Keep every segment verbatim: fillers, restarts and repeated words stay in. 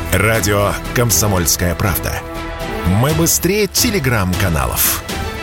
Радио «Комсомольская правда». Мы быстрее телеграм-каналов.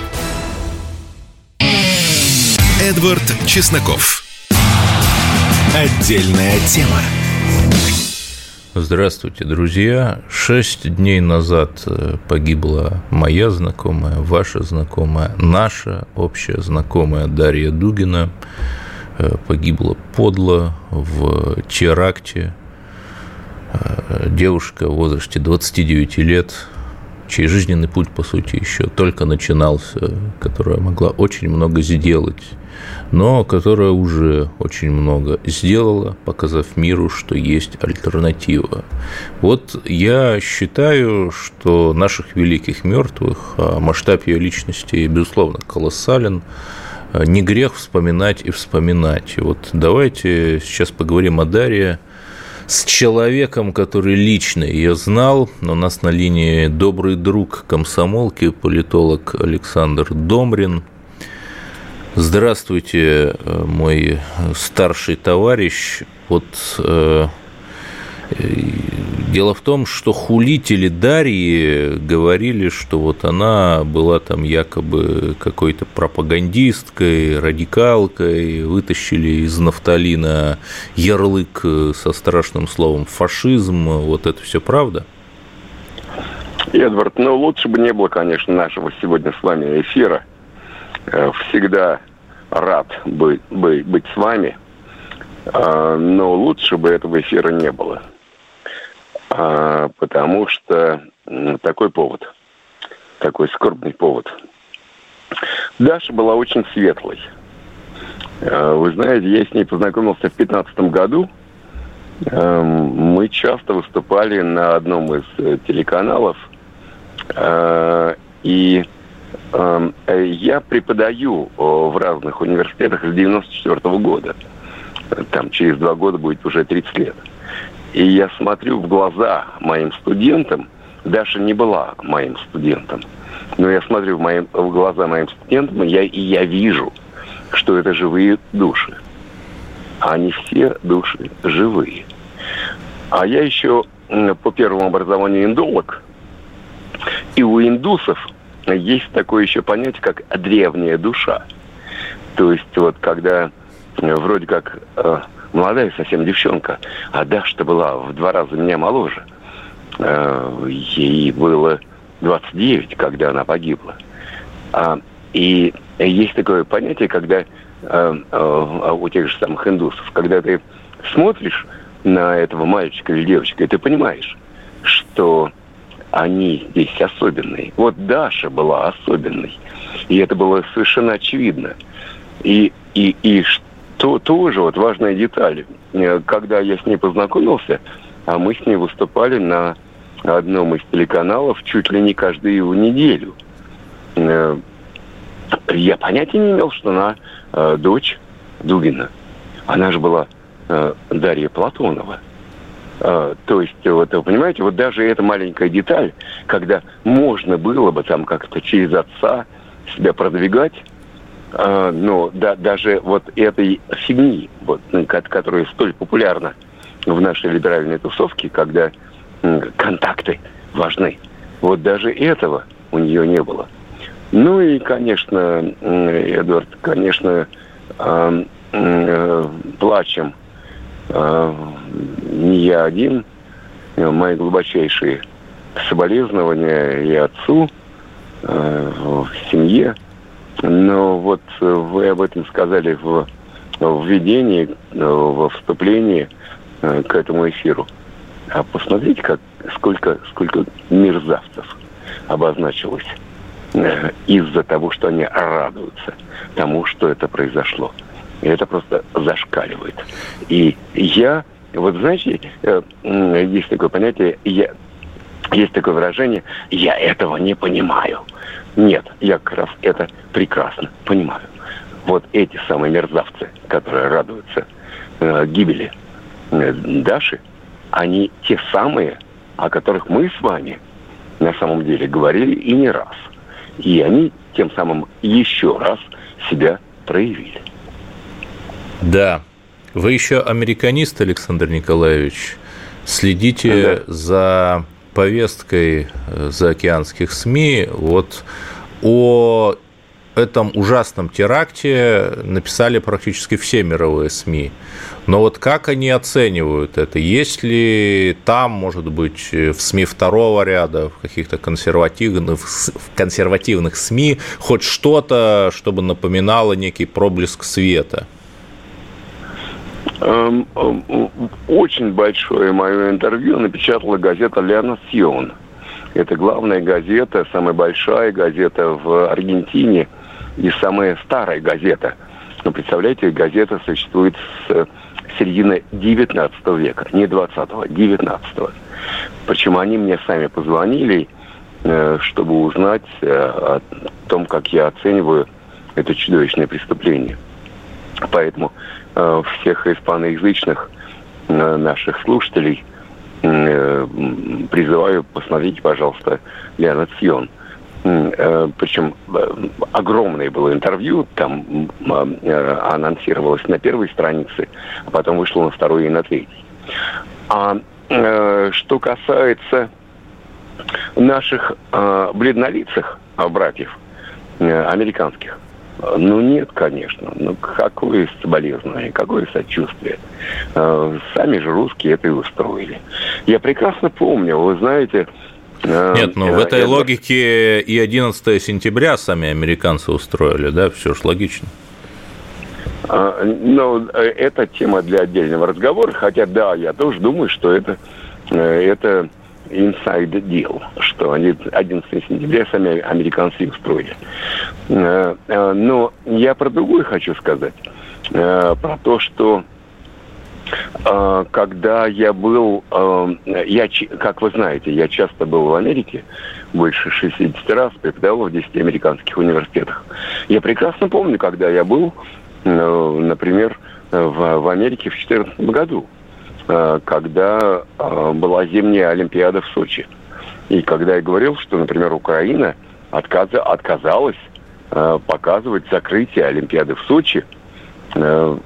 Эдвард Чесноков. Отдельная тема. Здравствуйте, друзья. Шесть дней назад погибла моя знакомая, ваша знакомая, наша общая знакомая Дарья Дугина. Погибла подло в теракте. Девушка в возрасте двадцати девяти лет, чей жизненный путь, по сути, еще только начинался, которая могла очень много сделать, но которая уже очень много сделала, показав миру, что есть альтернатива. Вот я считаю, что наших великих мертвых, а масштаб ее личности, безусловно, колоссален, не грех вспоминать и вспоминать. Вот давайте сейчас поговорим о Дарье с человеком, который лично ее знал. У нас на линии добрый друг комсомолки, политолог Александр Домрин. Здравствуйте, мой старший товарищ. Вот э, дело в том, что хулители Дарьи говорили, что вот она была там якобы какой-то пропагандисткой, радикалкой, вытащили из нафталина ярлык со страшным словом «фашизм». Вот это все правда? Эдвард, ну лучше бы не было, конечно, нашего сегодня с вами эфира. Всегда рад быть, быть, быть с вами, но лучше бы этого эфира не было. Потому что такой повод, такой скорбный повод. Даша была очень светлой. Вы знаете, я с ней познакомился в пятнадцатом году. Мы часто выступали на одном из телеканалов. И я преподаю в разных университетах с девяносто четвёртого года. Там через два года будет уже тридцать лет. И я смотрю в глаза моим студентам. Даша не была моим студентом. Но я смотрю в, моим, в глаза моим студентам, и я, и я вижу, что это живые души. Они все души живые. А я еще по первому образованию индолог. И у индусов есть такое еще понятие, как древняя душа. То есть вот когда вроде как э, молодая совсем девчонка, а Даша-то была в два раза меня моложе. Э, ей было двадцать девять, когда она погибла. А, и есть такое понятие, когда э, э, у тех же самых индусов, когда ты смотришь на этого мальчика или девочку, и ты понимаешь, что они здесь особенные. Вот Даша была особенной. И это было совершенно очевидно. И, и, и что тоже вот важная деталь. Когда я с ней познакомился, а мы с ней выступали на одном из телеканалов чуть ли не каждую неделю. Я понятия не имел, что она э, дочь Дугина. Она же была э, Дарья Платонова. Uh, то есть, вот, вы понимаете, вот даже эта маленькая деталь, когда можно было бы там как-то через отца себя продвигать, uh, но да, даже вот этой фигни, вот, которая столь популярна в нашей либеральной тусовке, когда м, контакты важны, вот даже этого у нее не было. Ну и, конечно, Эдвард, конечно, э, э, плачем. Не я один, мои глубочайшие соболезнования и отцу, в семье. Но вот вы об этом сказали в введении, во вступлении к этому эфиру. А посмотрите, как, сколько, сколько мерзавцев обозначилось из-за того, что они радуются тому, что это произошло. И это просто зашкаливает. И я, вот знаете, есть такое понятие, я, есть такое выражение, я этого не понимаю. Нет, я как раз это прекрасно понимаю. Вот эти самые мерзавцы, которые радуются э, гибели э, Даши, они те самые, о которых мы с вами на самом деле говорили и не раз. И они тем самым еще раз себя проявили. Да. Вы еще американист, Александр Николаевич. следите да. за повесткой заокеанских СМИ. Вот о этом ужасном теракте написали практически все мировые СМИ. Но вот как они оценивают это? Есть ли там, может быть, в СМИ второго ряда, в каких-то консервативных, в консервативных СМИ хоть что-то, чтобы напоминало некий проблеск света? Очень большое мое интервью напечатала газета «Ля Насьон». Это главная газета, самая большая газета в Аргентине и самая старая газета. Но представляете, газета существует с середины девятнадцатого века, не двадцатого, девятнадцатого. Причем они мне сами позвонили, чтобы узнать о том, как я оцениваю это чудовищное преступление. Поэтому всех испаноязычных наших слушателей призываю, посмотрите, пожалуйста, «Ля Насьон». Причем огромное было интервью, там анонсировалось на первой странице, а потом вышло на второй и на третьей. А что касается наших бледнолицых братьев американских, ну нет, конечно. Ну какое соболезнование, какое сочувствие. Сами же русские это и устроили. Я прекрасно помню, вы знаете... Нет, ну в этой я... логике и одиннадцатого сентября сами американцы устроили, да? Все ж логично. Ну, это тема для отдельного разговора, хотя да, я тоже думаю, что это... это inside deal, что они одиннадцатого сентября сами американцы устроили. Но я про другое хочу сказать. Про то, что когда я был... Я, как вы знаете, я часто был в Америке, больше шестьдесят раз, преподавал в десяти американских университетах. Я прекрасно помню, когда я был, например, в, в Америке в две тысячи четырнадцатом году, когда была зимняя Олимпиада в Сочи. И когда я говорил, что, например, Украина отказ... отказалась показывать закрытие Олимпиады в Сочи, об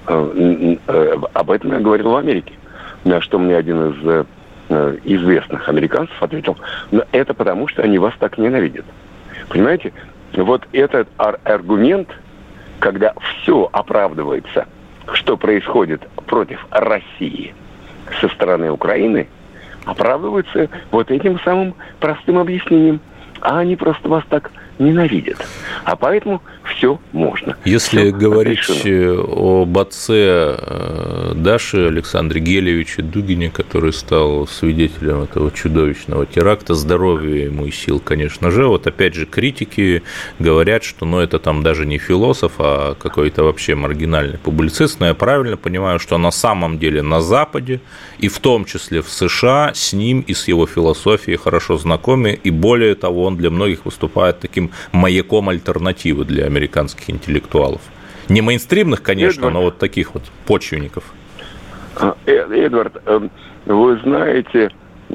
этом я говорил в Америке. На что мне один из известных американцев ответил: но это потому, что они вас так ненавидят. Понимаете? Вот этот ар- аргумент, когда все оправдывается, что происходит против России со стороны Украины, оправдывается вот этим самым простым объяснением. А они просто вас так ненавидят. А поэтому все можно. Если все говорить решено. об отце Даши, Александре Гелевиче Дугине, который стал свидетелем этого чудовищного теракта, здоровья ему и сил, конечно же. Вот опять же критики говорят, что ну, это там даже не философ, а какой-то вообще маргинальный публицист. Но я правильно понимаю, что на самом деле на Западе, и в том числе в США, с ним и с его философией хорошо знакомы, и более того, он для многих выступает таким маяком альтернативы для американских интеллектуалов. Не мейнстримных, конечно, Эдвард, но вот таких вот почвенников. Эдвард, вы знаете,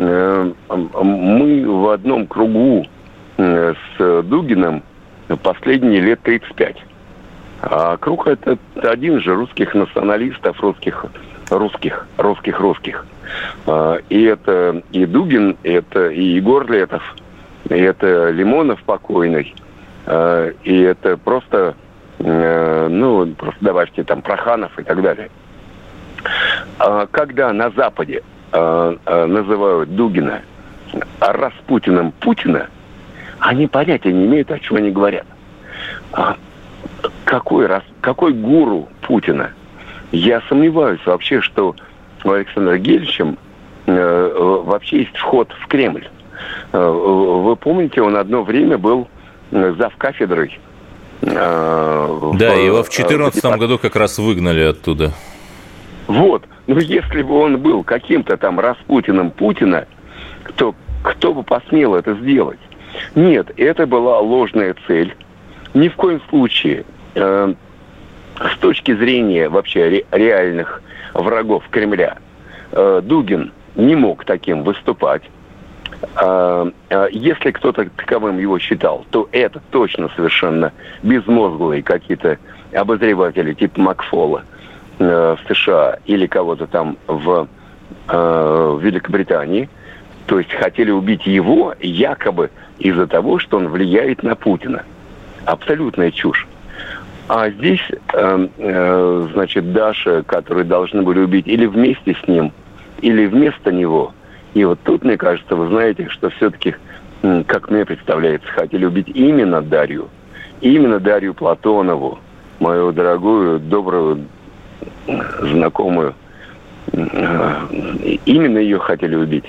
мы в одном кругу с Дугиным последние лет тридцать пять. А круг это один же русских националистов, русских, русских, русских, русских. И это и Дугин, это и Егор Летов, и это Лимонов покойный, и это просто, ну, просто добавьте там Проханов и так далее. Когда на Западе называют Дугина Распутиным Путина, они понятия не имеют, о чем они говорят. Какой, какой гуру Путина? Я сомневаюсь вообще, что у Александра Гельевича вообще есть вход в Кремль. Вы помните, он одно время был завкафедрой. Да, в, его в четырнадцатом году как раз выгнали оттуда. Вот. Но если бы он был каким-то там Распутиным Путина, то кто бы посмел это сделать? Нет, это была ложная цель. Ни в коем случае э, с точки зрения вообще ре- реальных врагов Кремля э, Дугин не мог таким выступать. Если кто-то таковым его считал, то это точно совершенно безмозглые какие-то обозреватели типа Макфола в США или кого-то там в в Великобритании. То есть хотели убить его якобы из-за того, что он влияет на Путина. Абсолютная чушь. А здесь, э, э, значит, Даша, которую должны были убить или вместе с ним, или вместо него. И вот тут, мне кажется, вы знаете, что все-таки, как мне представляется, хотели убить именно Дарью. Именно Дарью Платонову, мою дорогую, добрую, знакомую. Именно ее хотели убить.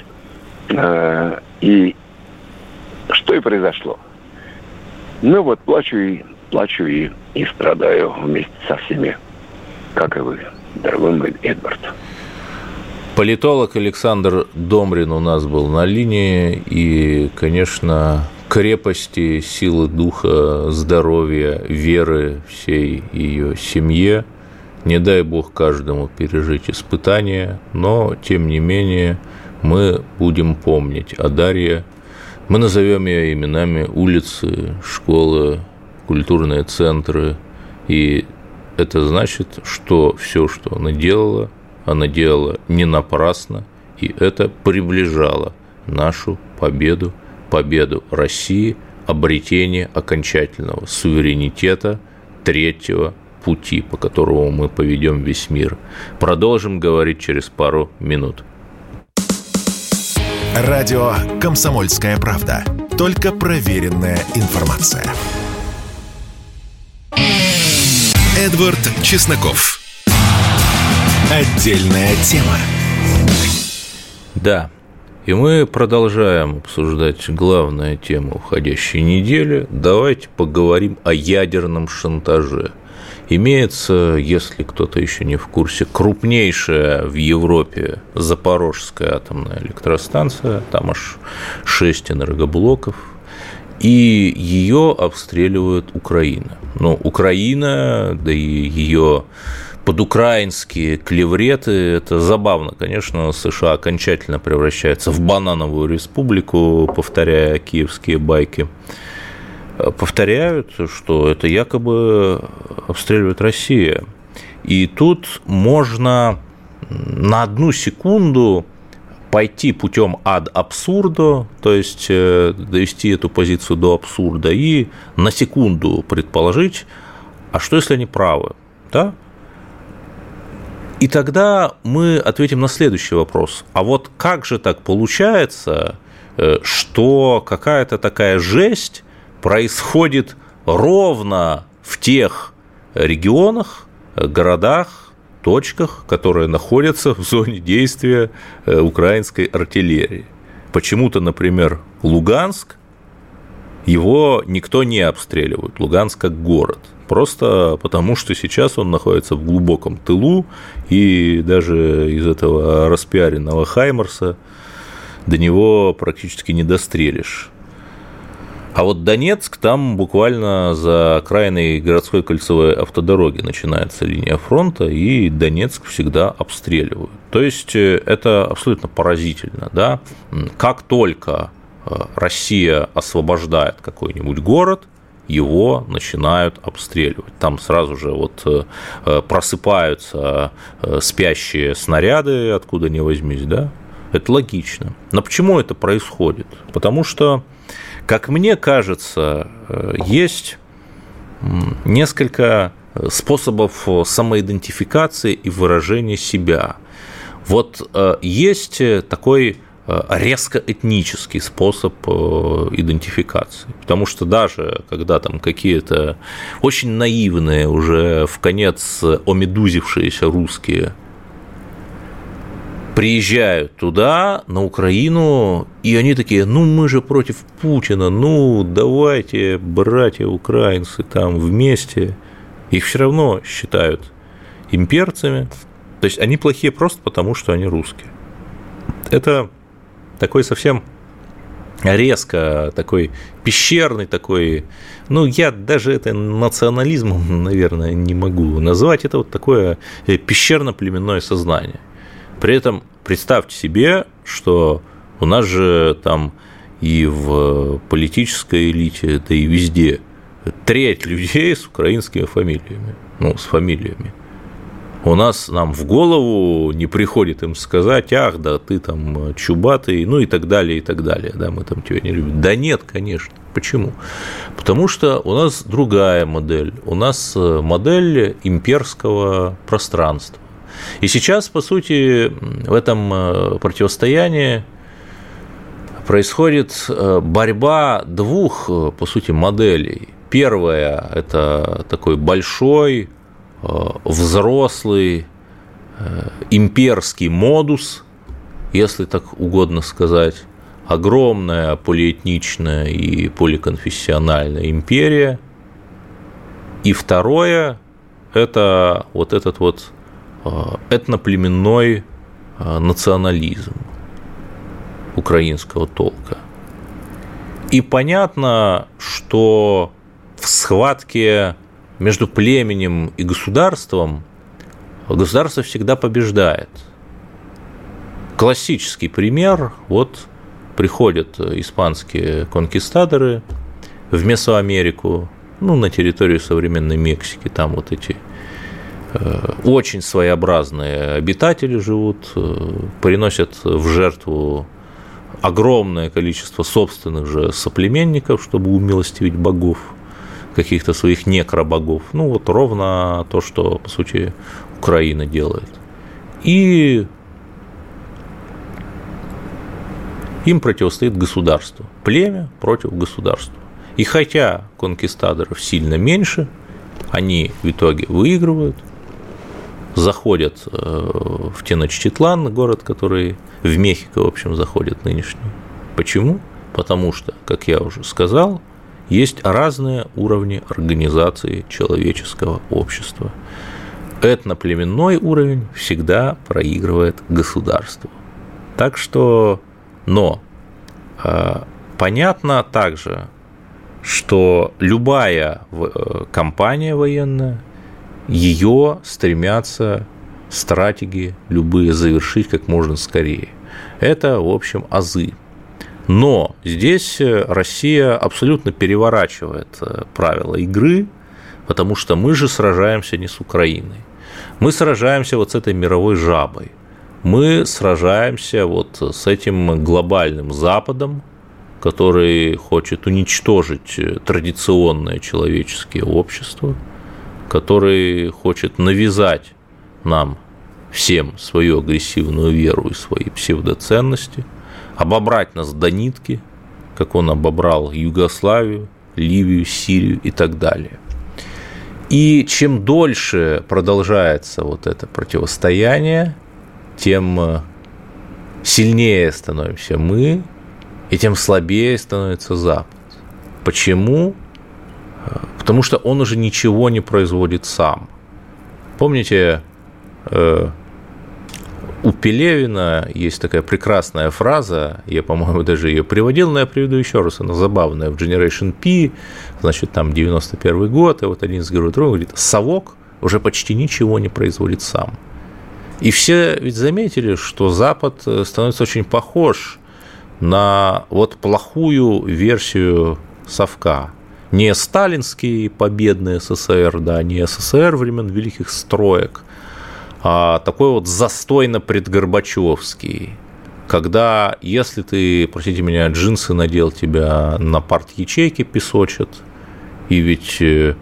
И что и произошло. Ну вот, плачу и плачу и, и страдаю вместе со всеми, как и вы, дорогой мой Эдвард. Политолог Александр Домрин у нас был на линии, и, конечно, крепости, силы духа, здоровья, веры всей ее семье. Не дай Бог каждому пережить испытания, но, тем не менее, мы будем помнить о Дарье. Мы назовем ее именами улицы, школы, культурные центры. И это значит, что все, что она делала, она делала не напрасно, и это приближало нашу победу, победу России, обретение окончательного суверенитета третьего пути, по которому мы поведем весь мир. Продолжим говорить через пару минут. Радио «Комсомольская правда». Только проверенная информация. Эдвард Чесноков. Отдельная тема. Да, и мы продолжаем обсуждать главную тему уходящей недели. Давайте поговорим о ядерном шантаже. Имеется, если кто-то еще не в курсе, крупнейшая в Европе Запорожская атомная электростанция, там аж шесть энергоблоков, и ее обстреливает Украина. Но Украина, да и ее подукраинские клевреты, это забавно, конечно, США окончательно превращается в банановую республику, повторяя киевские байки. Повторяют, что это якобы обстреливает Россия. И тут можно на одну секунду пойти путем ад абсурдо, то есть довести эту позицию до абсурда, и на секунду предположить, а что, если они правы, да? И тогда мы ответим на следующий вопрос. А вот как же так получается, что какая-то такая жесть происходит ровно в тех регионах, городах, точках, которые находятся в зоне действия украинской артиллерии? Почему-то, например, Луганск, его никто не обстреливает, Луганск как город, просто потому что сейчас он находится в глубоком тылу, и даже из этого распиаренного Хаймарса до него практически не дострелишь. А вот Донецк, там буквально за окраиной городской кольцевой автодороги начинается линия фронта, и Донецк всегда обстреливают. То есть это абсолютно поразительно, да? Как только Россия освобождает какой-нибудь город, его начинают обстреливать. Там сразу же вот просыпаются спящие снаряды, откуда ни возьмись, да? Это логично. Но почему это происходит? Потому что, как мне кажется, есть несколько способов самоидентификации и выражения себя. Вот есть такой резко этнический способ идентификации, потому что даже когда там какие-то очень наивные, уже в конец омедузившиеся русские приезжают туда, на Украину, и они такие: ну мы же против Путина, ну давайте, братья украинцы, там вместе. Их все равно считают имперцами, то есть они плохие просто потому, что они русские. Это такой совсем резко, такой пещерный такой, ну я даже это национализмом, наверное, не могу назвать, это вот такое пещерно-племенное сознание. При этом представьте себе, что у нас же там и в политической элите, да и везде треть людей с украинскими фамилиями, ну, с фамилиями. У нас, нам в голову не приходит им сказать: ах, да ты там чубатый, ну и так далее, и так далее, да, мы там тебя не любим. Да нет, конечно. Почему? Потому что у нас другая модель, у нас модель имперского пространства. И сейчас, по сути, в этом противостоянии происходит борьба двух, по сути, моделей. Первая – это такой большой, взрослый, имперский модус, если так угодно сказать, огромная полиэтничная и поликонфессиональная империя. И второе – это вот этот вот этноплеменной национализм украинского толка. И понятно, что в схватке между племенем и государством государство всегда побеждает. Классический пример – вот приходят испанские конкистадоры в Месоамерику, ну, на территорию современной Мексики, там вот эти э, очень своеобразные обитатели живут, э, приносят в жертву огромное количество собственных же соплеменников, чтобы умилостивить богов, каких-то своих некробогов. Ну, вот ровно то, что, по сути, Украина делает. И им противостоит государство. Племя против государства. И хотя конкистадоров сильно меньше, они в итоге выигрывают, заходят в Теночтитлан, город, который в Мехико, в общем, заходит нынешний. Почему? Потому что, как я уже сказал, есть разные уровни организации человеческого общества. Этноплеменной уровень всегда проигрывает государству. Так что, но э, понятно также, что любая кампания военная, ее стремятся стратеги любые завершить как можно скорее. Это, в общем, азы. Но здесь Россия абсолютно переворачивает правила игры, потому что мы же сражаемся не с Украиной. Мы сражаемся вот с этой мировой жабой. Мы сражаемся вот с этим глобальным Западом, который хочет уничтожить традиционное человеческое общество, который хочет навязать нам всем свою агрессивную веру и свои псевдоценности, обобрать нас до нитки, как он обобрал Югославию, Ливию, Сирию и так далее. И чем дольше продолжается вот это противостояние, тем сильнее становимся мы, и тем слабее становится Запад. Почему? Потому что он уже ничего не производит сам. Помните, у Пелевина есть такая прекрасная фраза, я, по-моему, даже ее приводил, но я приведу еще раз, она забавная, в Generation P, значит, там девяносто первый год, и вот один из героев говорит: совок уже почти ничего не производит сам. И все ведь заметили, что Запад становится очень похож на вот плохую версию совка. Не сталинский победный СССР, да, не СССР времен великих строек, а такой вот застойно-предгорбачевский, когда, если ты, простите меня, джинсы надел, тебя на парт-ячейке песочат, и ведь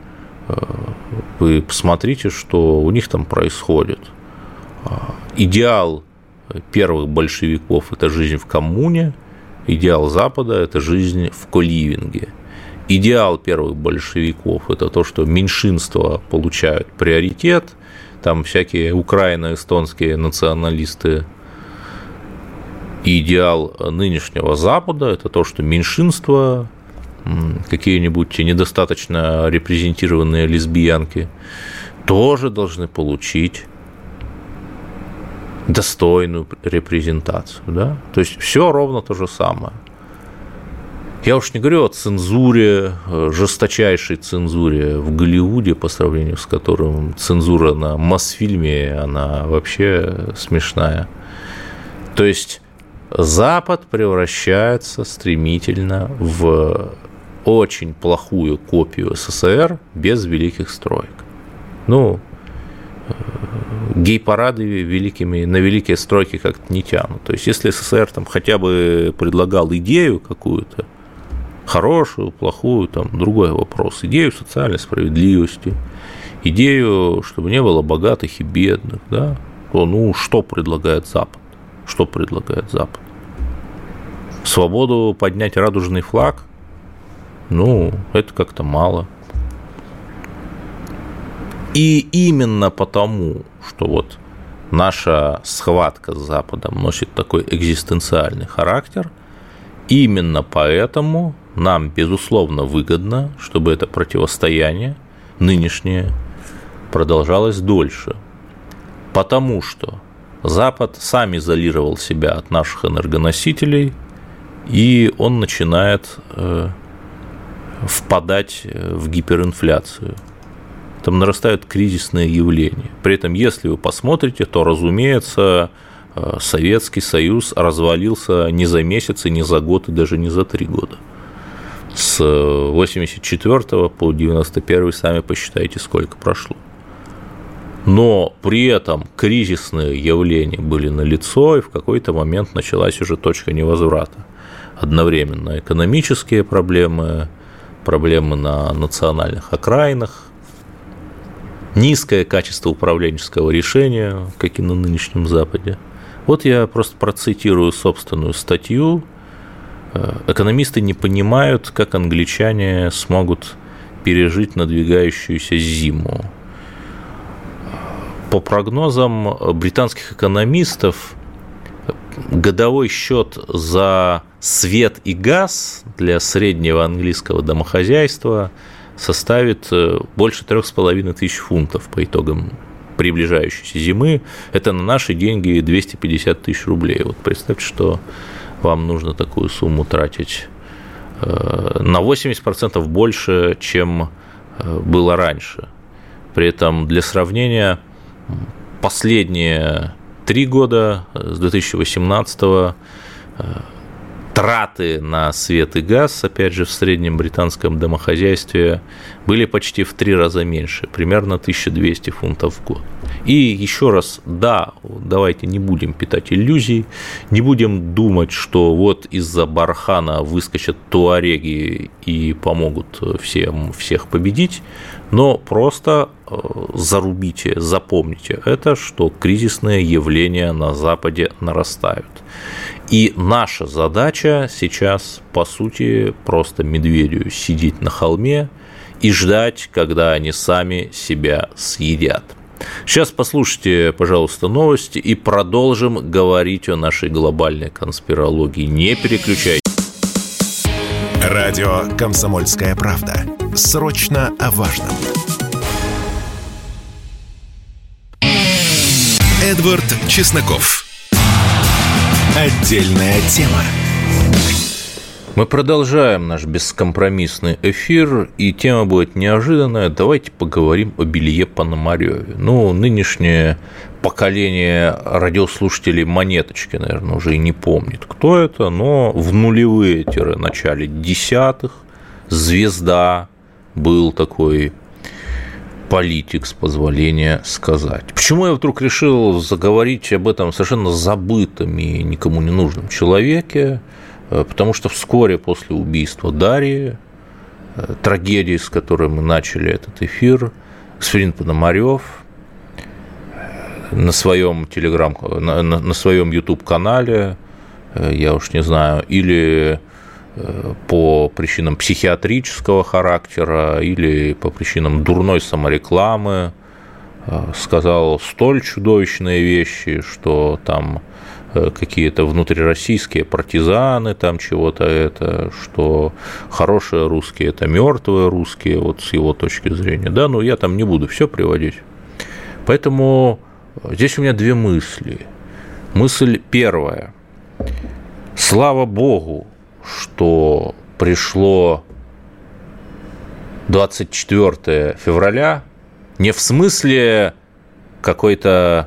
вы посмотрите, что у них там происходит. Идеал первых большевиков – это жизнь в коммуне, идеал Запада – это жизнь в коливинге. Идеал первых большевиков – это то, что меньшинства получают приоритет, там всякие украино-эстонские националисты. И идеал нынешнего Запада – это то, что меньшинства, какие-нибудь недостаточно репрезентированные лесбиянки, тоже должны получить достойную репрезентацию. Да? То есть все ровно то же самое. Я уж не говорю о цензуре, жесточайшей цензуре в Голливуде, по сравнению с которым цензура на Мосфильме, она вообще смешная. То есть Запад превращается стремительно в очень плохую копию СССР без великих строек. Ну, гей-парады великими, на великие стройки как-то не тянут. То есть, если СССР там хотя бы предлагал идею какую-то, хорошую, плохую, там, другой вопрос, идею социальной справедливости, идею, чтобы не было богатых и бедных, да, то, ну, что предлагает Запад? Что предлагает Запад? Свободу поднять радужный флаг? Ну, это как-то мало. И именно потому, что вот наша схватка с Западом носит такой экзистенциальный характер, именно поэтому нам, безусловно, выгодно, чтобы это противостояние нынешнее продолжалось дольше. Потому что Запад сам изолировал себя от наших энергоносителей, и он начинает э, впадать в гиперинфляцию. Там нарастают кризисные явления. При этом, если вы посмотрите, то, разумеется, Советский Союз развалился не за месяц, и не за год, и даже не за три года. С восемьдесят четвёртого по девяносто первый, сами посчитайте, сколько прошло. Но при этом кризисные явления были налицо, и в какой-то момент началась уже точка невозврата. Одновременно экономические проблемы, проблемы на национальных окраинах, низкое качество управленческого решения, как и на нынешнем Западе. Вот я просто процитирую собственную статью. Экономисты не понимают, как англичане смогут пережить надвигающуюся зиму. По прогнозам британских экономистов, годовой счет за свет и газ для среднего английского домохозяйства составит больше трех с половиной тысяч фунтов по итогам приближающейся зимы. Это на наши деньги двести пятьдесят тысяч рублей. Вот представьте, что вам нужно такую сумму тратить на восемьдесят процентов больше, чем было раньше. При этом, для сравнения, последние три года, с две тысячи восемнадцатого, траты на свет и газ, опять же, в среднем британском домохозяйстве были почти в три раза меньше, примерно тысяча двести фунтов в год. И еще раз, да, давайте не будем питать иллюзий, не будем думать, что вот из-за бархана выскочат туареги и помогут всем, всех победить, но просто зарубите, запомните это, что кризисные явления на Западе нарастают. И наша задача сейчас, по сути, просто медведю сидеть на холме и ждать, когда они сами себя съедят. Сейчас послушайте, пожалуйста, новости и продолжим говорить о нашей глобальной конспирологии. Не переключайтесь. Радио «Комсомольская правда». Срочно о важном. Эдвард Чесноков. Отдельная тема. Мы продолжаем наш бескомпромиссный эфир, и тема будет неожиданная. Давайте поговорим о Илье Пономарёве. Ну, нынешнее поколение радиослушателей монеточки, наверное, уже и не помнит, кто это, но в нулевые-начале десятых звезда был такой политик, с позволения сказать. Почему я вдруг решил заговорить об этом совершенно забытом и никому не нужном человеке? Потому что вскоре после убийства Дарьи, трагедии, с которой мы начали этот эфир, господин Пономарёв на своем телеграм, на, на, на своем YouTube-канале, я уж не знаю, или по причинам психиатрического характера, или по причинам дурной саморекламы сказал столь чудовищные вещи, что там какие-то внутрироссийские партизаны, там чего-то это, что хорошие русские – это мертвые русские, вот с его точки зрения. Да, но я там не буду все приводить. Поэтому здесь у меня две мысли. Мысль первая. Слава Богу, что пришло двадцать четвёртого февраля, не в смысле какой-то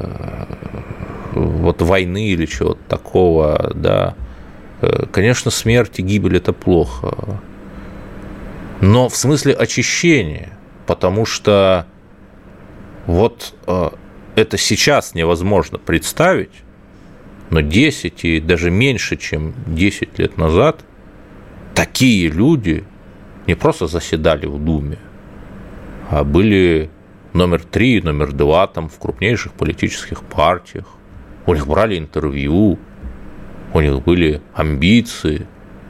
вот войны или чего-то такого, да. Конечно, смерть и гибель – это плохо, но в смысле очищения, потому что вот это сейчас невозможно представить, но десять и даже меньше, чем десять лет назад такие люди не просто заседали в Думе, а были номер три, номер два там в крупнейших политических партиях. У них брали интервью, у них были амбиции.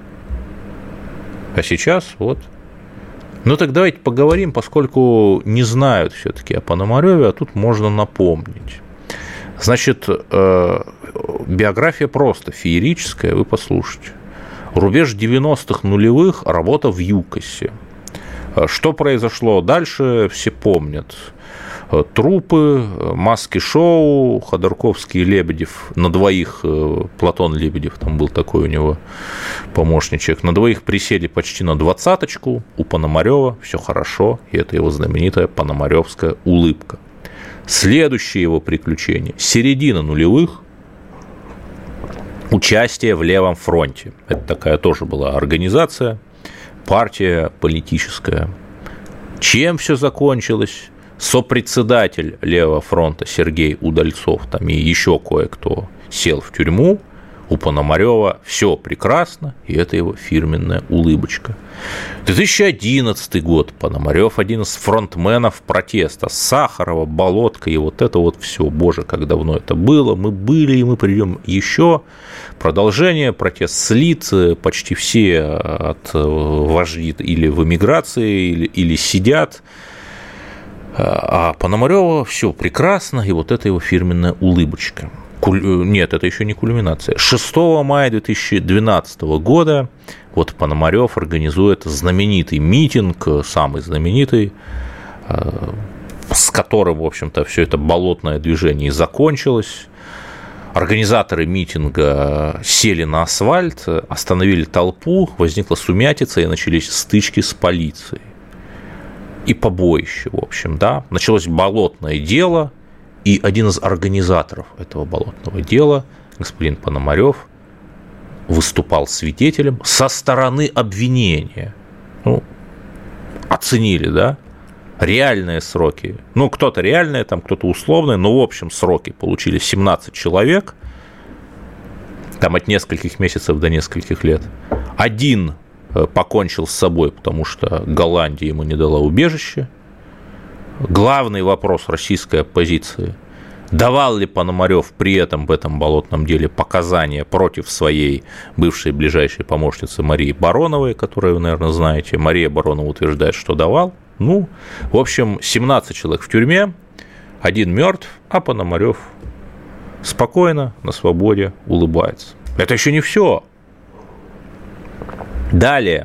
А сейчас вот. Ну так давайте поговорим, поскольку не знают все-таки о Пономарёве, а тут можно напомнить. Значит, биография просто феерическая, вы послушайте. Рубеж девяностых нулевых, работа в ЮКОСе. Что произошло дальше, все помнят. Трупы, маски-шоу, Ходорковский и Лебедев на двоих, Платон Лебедев, там был такой у него помощничек, на двоих присели почти на двадцаточку, у Пономарёва все хорошо, и это его знаменитая пономарёвская улыбка. Следующее его приключение, середина нулевых, участие в Левом фронте. Это такая тоже была организация, партия политическая. Чем все закончилось? Сопредседатель Левого фронта Сергей Удальцов, там и еще кое-кто сел в тюрьму, у Пономарёва все прекрасно, и это его фирменная улыбочка. две тысячи одиннадцатый год, Пономарёв один из фронтменов протеста, Сахарова, Болотка и вот это вот все, боже, как давно это было, мы были и мы придем еще. Продолжение, протест слит, почти все от вождей или в эмиграции, или, или сидят. А Пономарёва все прекрасно, и вот это его фирменная улыбочка. Куль... Нет, это еще не кульминация. шестого мая две тысячи двенадцатого года вот Пономарёв организует знаменитый митинг, самый знаменитый, с которым, в общем-то, все это болотное движение и закончилось. Организаторы митинга сели на асфальт, остановили толпу, возникла сумятица и начались стычки с полицией. И побоище, в общем, да. Началось болотное дело, и один из организаторов этого болотного дела, господин Пономарёв, выступал свидетелем со стороны обвинения. Ну, оценили, да, реальные сроки. Ну, кто-то реальные, там кто-то условные, но в общем сроки получили семнадцать человек, там от нескольких месяцев до нескольких лет. Один покончил с собой, потому что Голландия ему не дала убежище. Главный вопрос российской оппозиции: давал ли Пономарёв при этом в этом болотном деле показания против своей бывшей ближайшей помощницы Марии Бароновой, которую вы, наверное, знаете. Мария Баронова утверждает, что давал. Ну, в общем, семнадцать человек в тюрьме, один мертв, а Пономарёв спокойно, на свободе, улыбается. Это еще не все. Далее.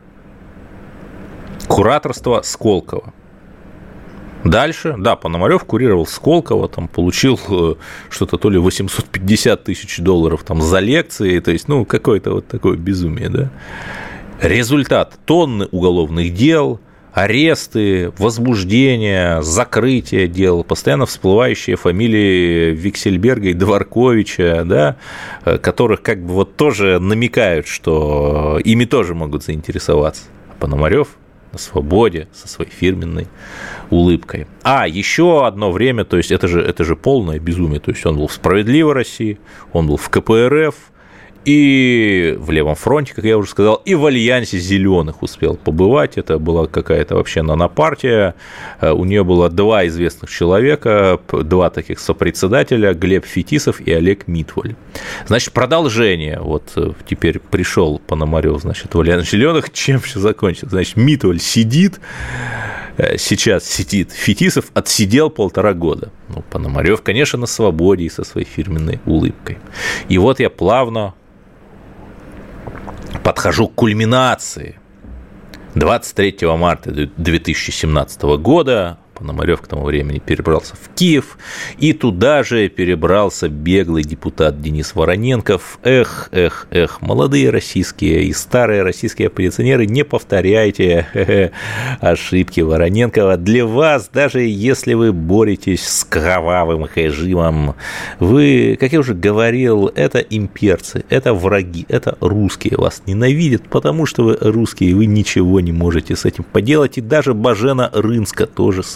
Кураторство Сколково. Дальше, да, Пономарёв курировал Сколково, там получил что-то то ли восемьсот пятьдесят тысяч долларов там за лекции, то есть, ну, какое-то вот такое безумие, да. Результат: тонны уголовных дел, аресты, возбуждения, закрытие дел, постоянно всплывающие фамилии Виксельберга и Дворковича, да, которых как бы вот тоже намекают, что ими тоже могут заинтересоваться. А Пономарёв на свободе, со своей фирменной улыбкой. А, еще одно время, то есть это же, это же полное безумие, то есть он был в «Справедливой России», он был в ка пэ эр эф, и в Левом фронте, как я уже сказал, и в Альянсе зеленых успел побывать. Это была какая-то вообще нанопартия. У нее было два известных человека, два таких сопредседателя: Глеб Фетисов и Олег Митволь. Значит, продолжение. Вот теперь пришел Пономарёв, значит, в Альянс зеленых. Чем все закончилось? Значит, Митволь сидит, сейчас сидит. Фетисов отсидел полтора года. Ну, Пономарёв, конечно, на свободе и со своей фирменной улыбкой. И вот я плавно подхожу к кульминации. двадцать третьего марта две тысячи семнадцатого года Пономарёв к тому времени перебрался в Киев, и туда же перебрался беглый депутат Денис Вороненков. Эх, эх, эх, молодые российские и старые российские оппозиционеры, не повторяйте хе-хе, ошибки Вороненкова. Для вас, даже если вы боретесь с кровавым режимом, вы, как я уже говорил, это имперцы, это враги, это русские вас ненавидят, потому что вы русские, вы ничего не можете с этим поделать, и даже Божена Рынска тоже с этим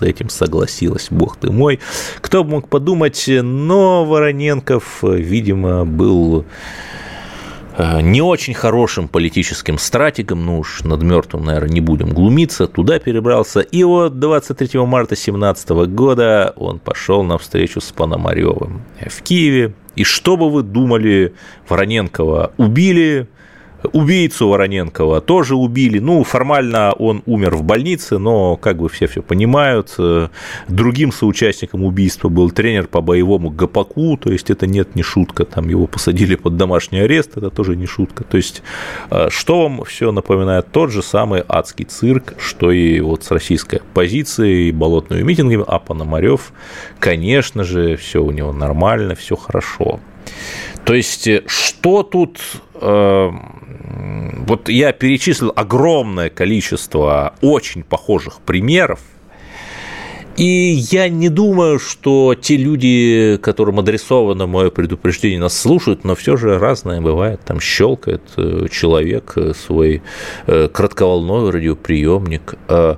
этим согласилась, бог ты мой. Кто бы мог подумать, но Вороненков, видимо, был не очень хорошим политическим стратегом, ну уж над мертвым, наверное, не будем глумиться, туда перебрался, и вот двадцать третьего марта две тысячи семнадцатого года он пошел на встречу с Пономарёвым в Киеве, и что бы вы думали, Вороненкова убили, убийцу Вороненкова тоже убили, ну, формально он умер в больнице, но, как бы все все понимают, другим соучастником убийства был тренер по боевому гопаку, то есть это нет, не шутка, там его посадили под домашний арест, это тоже не шутка, то есть что вам все напоминает? Тот же самый адский цирк, что и вот с российской оппозицией, болотными митингами, а Пономарёв, конечно же, все у него нормально, все хорошо. То есть, что тут... Э, вот я перечислил огромное количество очень похожих примеров, и я не думаю, что те люди, которым адресовано мое предупреждение, нас слушают, но все же разное бывает. Там щелкает человек свой кратковолновый радиоприемник.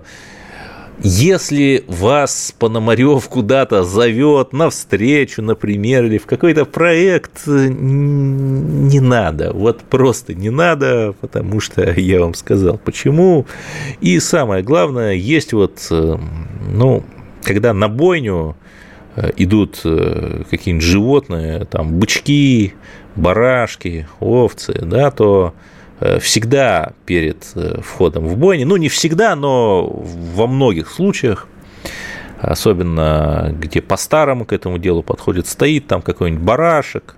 Если вас Пономарёв куда-то зовет на встречу, например, или в какой-то проект, не надо, вот просто не надо, потому что я вам сказал, почему. И самое главное, есть вот, ну, когда на бойню идут какие-нибудь животные, там, бычки, барашки, овцы, да, то всегда перед входом в бойню, ну, не всегда, но во многих случаях, особенно где по-старому к этому делу подходит, стоит там какой-нибудь барашек,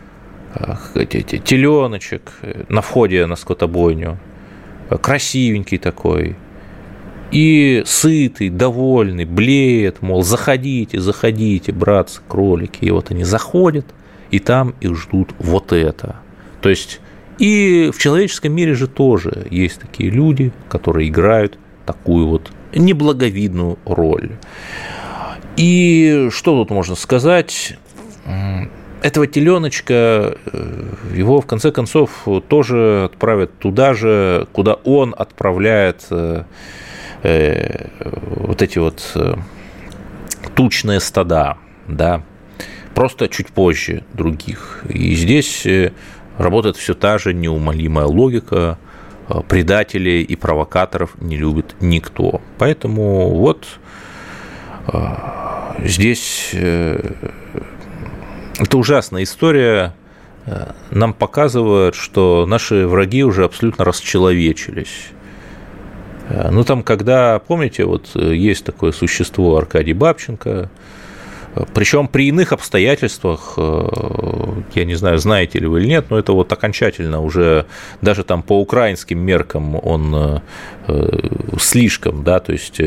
теленочек на входе на скотобойню, красивенький такой, и сытый, довольный, блеет, мол, заходите, заходите, братцы, кролики, и вот они заходят, и там их ждут вот это, то есть... И в человеческом мире же тоже есть такие люди, которые играют такую вот неблаговидную роль. И что тут можно сказать? Этого теленочка, его в конце концов тоже отправят туда же, куда он отправляет вот эти вот тучные стада, да, просто чуть позже других. И здесь... работает все та же неумолимая логика, предателей и провокаторов не любит никто. Поэтому вот здесь это ужасная история, нам показывает, что наши враги уже абсолютно расчеловечились. Ну, там, когда, помните, вот есть такое существо Аркадий Бабченко, причем при иных обстоятельствах, я не знаю, знаете ли вы или нет, но это вот окончательно уже, даже там по украинским меркам он слишком, да, то есть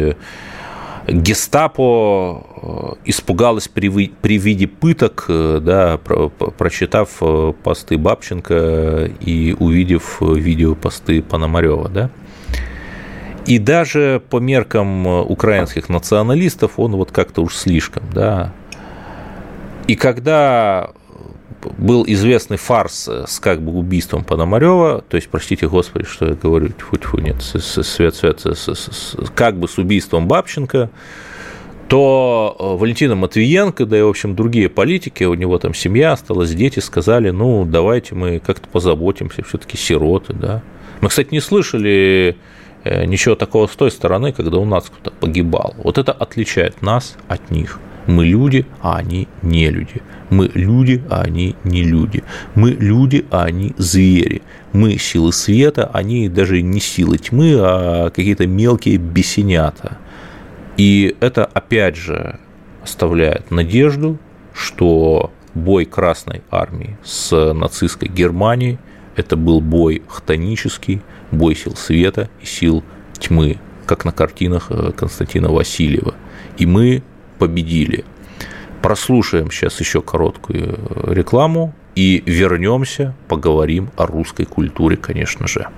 гестапо испугалось при, при виде пыток, да, про, прочитав посты Бабченко и увидев видеопосты Пономарёва, да. И даже по меркам украинских националистов он вот как-то уж слишком, да. И когда был известный фарс с как бы убийством Пономарёва, то есть, простите, господи, что я говорю, тьфу-тьфу, нет, свет, свет, как бы с убийством Бабченко, то Валентина Матвиенко, да и, в общем, другие политики, у него там семья осталась, дети, сказали, ну, давайте мы как-то позаботимся, все-таки сироты, да. Мы, кстати, не слышали... ничего такого с той стороны, когда у нас кто-то погибал. Вот это отличает нас от них. Мы люди, а они не люди. Мы люди, а они не люди. Мы люди, а они звери. Мы силы света, они даже не силы тьмы, а какие-то мелкие бесенята. И это, опять же, оставляет надежду, что бой Красной Армии с нацистской Германией – это был бой хтонический, бой сил света и сил тьмы, как на картинах Константина Васильева. И мы победили. Прослушаем сейчас еще короткую рекламу и вернемся, поговорим о русской культуре, конечно же.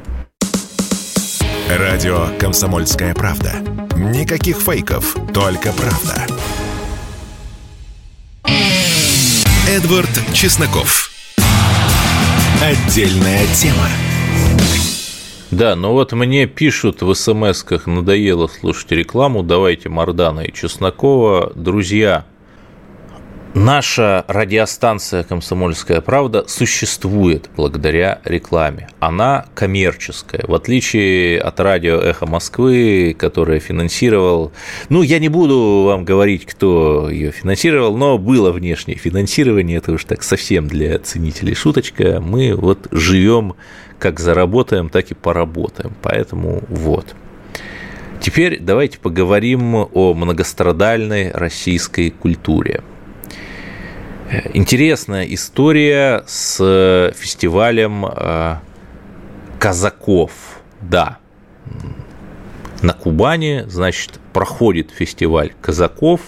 Радио «Комсомольская правда». Никаких фейков, только правда. Эдвард Чесноков. Отдельная тема. Да, но вот мне пишут в смс-ках: надоело слушать рекламу, давайте Мардана и Чеснокова. Друзья, наша радиостанция «Комсомольская правда» существует благодаря рекламе. Она коммерческая, в отличие от радио «Эхо Москвы», которое финансировал... Ну, я не буду вам говорить, кто ее финансировал, но было внешнее финансирование, это уж так совсем для ценителей шуточка. Мы вот живем, как заработаем, так и поработаем, поэтому вот. Теперь давайте поговорим о многострадальной российской культуре. Интересная история с фестивалем казаков. Да, на Кубани, значит, проходит фестиваль казаков,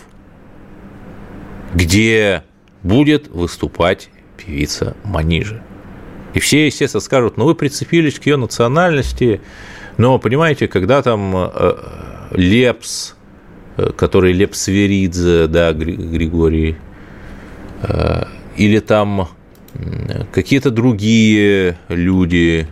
где будет выступать певица Манижа. И все, естественно, скажут: ну, вы прицепились к ее национальности, но, понимаете, когда там Лепс, который Лепс Веридзе, да, Григорий, или там какие-то другие люди,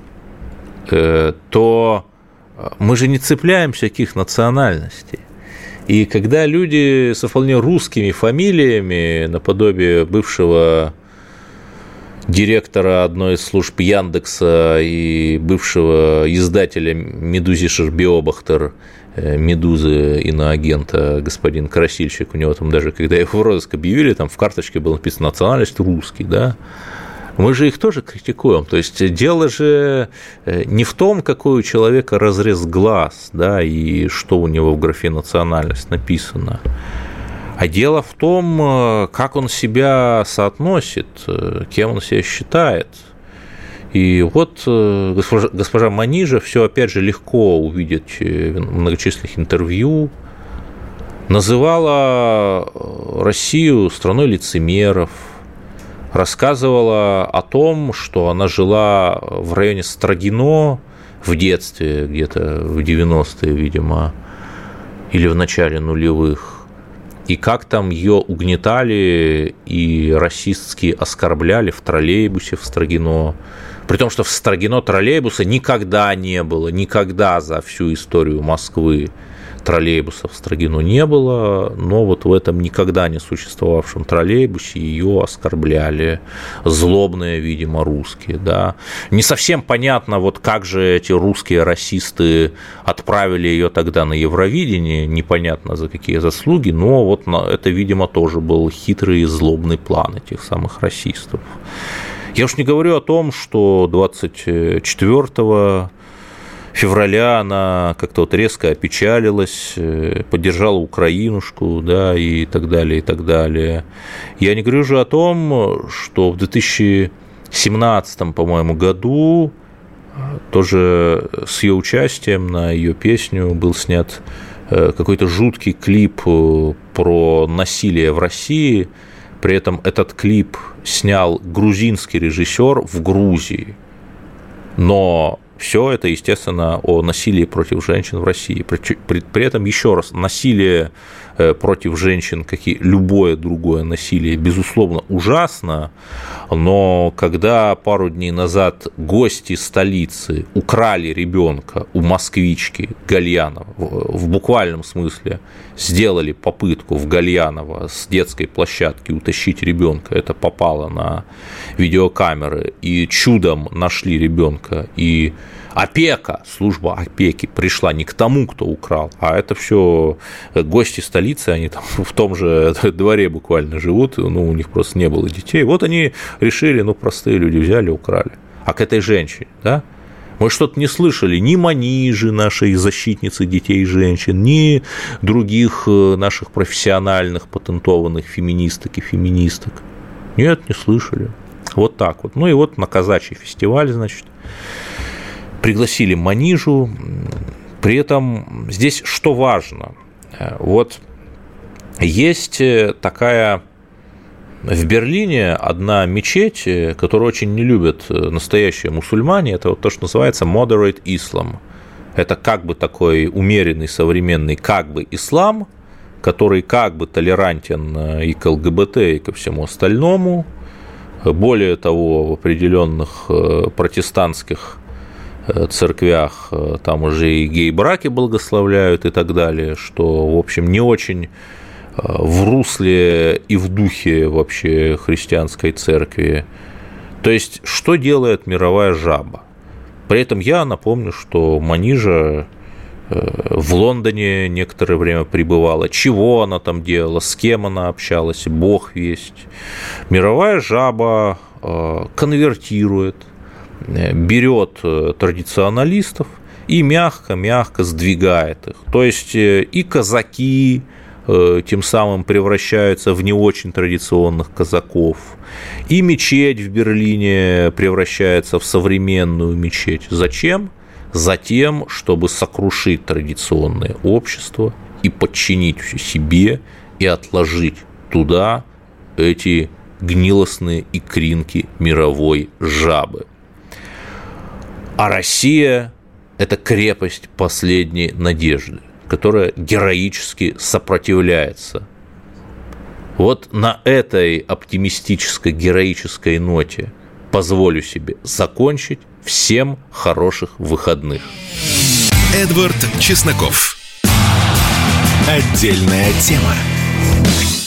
то мы же не цепляемся к их национальности. И когда люди со вполне русскими фамилиями, наподобие бывшего директора одной из служб Яндекса и бывшего издателя «Медузишер Биобахтер», «Медузы» иноагента, господин Красильщик, у него там даже, когда его в розыск объявили, там в карточке было написано «национальность русский», да, мы же их тоже критикуем. То есть дело же не в том, какой у человека разрез глаз, да, и что у него в графе «национальность» написано, а дело в том, как он себя соотносит, кем он себя считает. И вот госпожа, госпожа Манижа все, опять же, легко увидеть в многочисленных интервью, называла Россию страной лицемеров, рассказывала о том, что она жила в районе Строгино в детстве, где-то в девяностые, видимо, или в начале нулевых, и как там ее угнетали и расистски оскорбляли в троллейбусе в Строгино. При том, что в Строгино троллейбуса никогда не было, никогда за всю историю Москвы троллейбусов в Строгино не было, но вот в этом никогда не существовавшем троллейбусе ее оскорбляли злобные, видимо, русские, да. Не совсем понятно, вот как же эти русские расисты отправили ее тогда на Евровидение, непонятно за какие заслуги, но вот это, видимо, тоже был хитрый и злобный план этих самых расистов. Я уж не говорю о том, что двадцать четвёртого февраля она как-то вот резко опечалилась, поддержала Украинушку, да, и так далее, и так далее. Я не говорю уже о том, что в две тысячи семнадцатом, по-моему, году тоже с ее участием на ее песню был снят какой-то жуткий клип про насилие в России. При этом этот клип снял грузинский режиссер в Грузии. Но все это, естественно, о насилии против женщин в России. При, при, при этом, еще раз, насилие против женщин, как и любое другое насилие, безусловно, ужасно, но когда пару дней назад гости столицы украли ребенка у москвички Гальянова, в буквальном смысле сделали попытку в Гальяново с детской площадки утащить ребенка, это попало на видеокамеры, и чудом нашли ребенка, и опека, служба опеки пришла не к тому, кто украл, а это все гости столицы, они там в том же дворе буквально живут, ну, у них просто не было детей. Вот они решили, ну, простые люди взяли, украли. А к этой женщине, да? Мы что-то не слышали ни Манижи, нашей защитницы детей и женщин, ни других наших профессиональных патентованных феминисток и феминисток. Нет, не слышали. Вот так вот. Ну и вот на казачий фестиваль, значит, пригласили Манижу. При этом здесь что важно? Вот есть такая в Берлине одна мечеть, которую очень не любят настоящие мусульмане, это вот то, что называется moderate Islam. Это как бы такой умеренный современный как бы ислам, который как бы толерантен и к ЛГБТ, и ко всему остальному. Более того, в определенных протестантских церквях там уже и гей-браки благословляют и так далее, что, в общем, не очень в русле и в духе вообще христианской церкви. То есть, что делает мировая жаба? При этом я напомню, что Манижа в Лондоне некоторое время пребывала. Чего она там делала, с кем она общалась, бог весть. Мировая жаба конвертирует, берет традиционалистов и мягко-мягко сдвигает их. То есть и казаки тем самым превращаются в не очень традиционных казаков, и мечеть в Берлине превращается в современную мечеть. Зачем? Затем, чтобы сокрушить традиционное общество и подчинить все себе и отложить туда эти гнилостные икринки мировой жабы. А Россия – это крепость последней надежды, которая героически сопротивляется. Вот на этой оптимистической, героической ноте позволю себе закончить. Всем хороших выходных. Эдвард Чесноков. Отдельная тема.